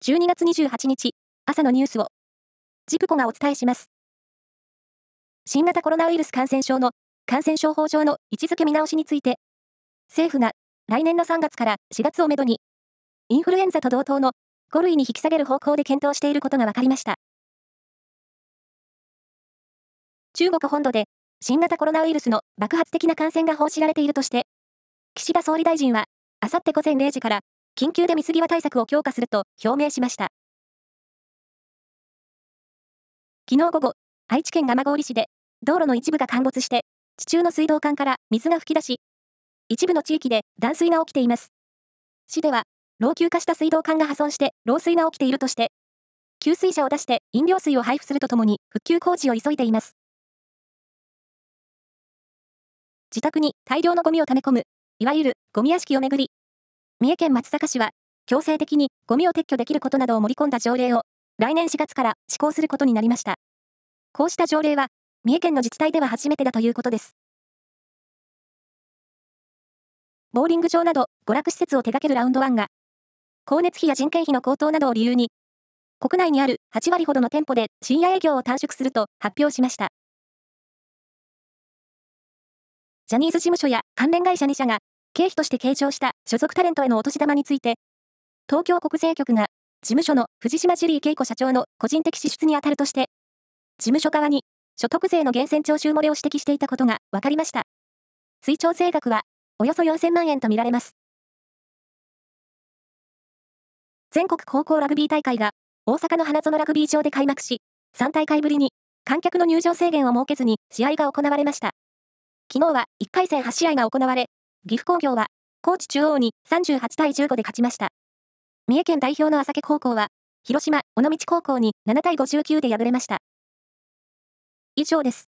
12月28日、朝のニュースを、ジプコがお伝えします。新型コロナウイルス感染症の感染症法上の位置づけ見直しについて、政府が来年の3月から4月をめどに、インフルエンザと同等の5類に引き下げる方向で検討していることが分かりました。中国本土で新型コロナウイルスの爆発的な感染が報じられているとして、岸田総理大臣は、あさって午前0時から、緊急で水際対策を強化すると表明しました。昨日午後、愛知県蒲郡市で、道路の一部が陥没して、地中の水道管から水が噴き出し、一部の地域で断水が起きています。市では、老朽化した水道管が破損して漏水が起きているとして、給水車を出して飲料水を配布するとともに復旧工事を急いでいます。自宅に大量のゴミを溜め込む、いわゆるゴミ屋敷をめぐり、三重県松阪市は、強制的にゴミを撤去できることなどを盛り込んだ条例を、来年4月から施行することになりました。こうした条例は、三重県の自治体では初めてだということです。ボーリング場など娯楽施設を手掛けるラウンドワンが、光熱費や人件費の高騰などを理由に、国内にある8割ほどの店舗で深夜営業を短縮すると発表しました。ジャニーズ事務所や関連会社2社が、経費として計上した所属タレントへのお年玉について、東京国税局が事務所の藤島ジュリー景子社長の個人的支出に当たるとして、事務所側に所得税の源泉徴収漏れを指摘していたことが分かりました。追徴税額はおよそ4000万円とみられます。全国高校ラグビー大会が大阪の花園ラグビー場で開幕し、3大会ぶりに観客の入場制限を設けずに試合が行われました。昨日は1回戦8試合が行われ、岐阜工業は高知中央に38対15で勝ちました。三重県代表の朝霞高校は、広島尾道高校に7対59で敗れました。以上です。